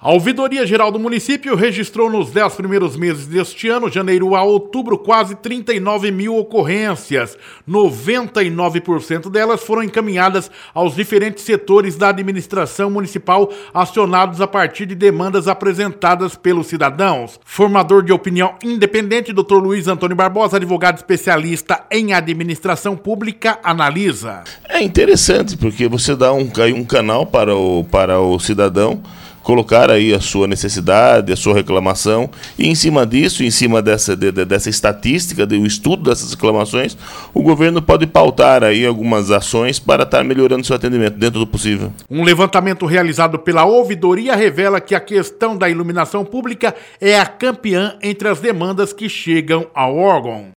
A Ouvidoria Geral do município registrou nos 10 primeiros meses deste ano, janeiro a outubro, quase 39 mil ocorrências. 99% delas foram encaminhadas aos diferentes setores da administração municipal, acionados a partir de demandas apresentadas pelos cidadãos. Formador de opinião independente, Dr. Luiz Antônio Barbosa, advogado especialista em administração pública, analisa. É interessante porque você dá um canal para o cidadão colocar aí a sua necessidade, a sua reclamação, e em cima disso, em cima dessa estatística, do estudo dessas reclamações, o governo pode pautar aí algumas ações para estar melhorando seu atendimento dentro do possível. Um levantamento realizado pela ouvidoria revela que a questão da iluminação pública é a campeã entre as demandas que chegam ao órgão.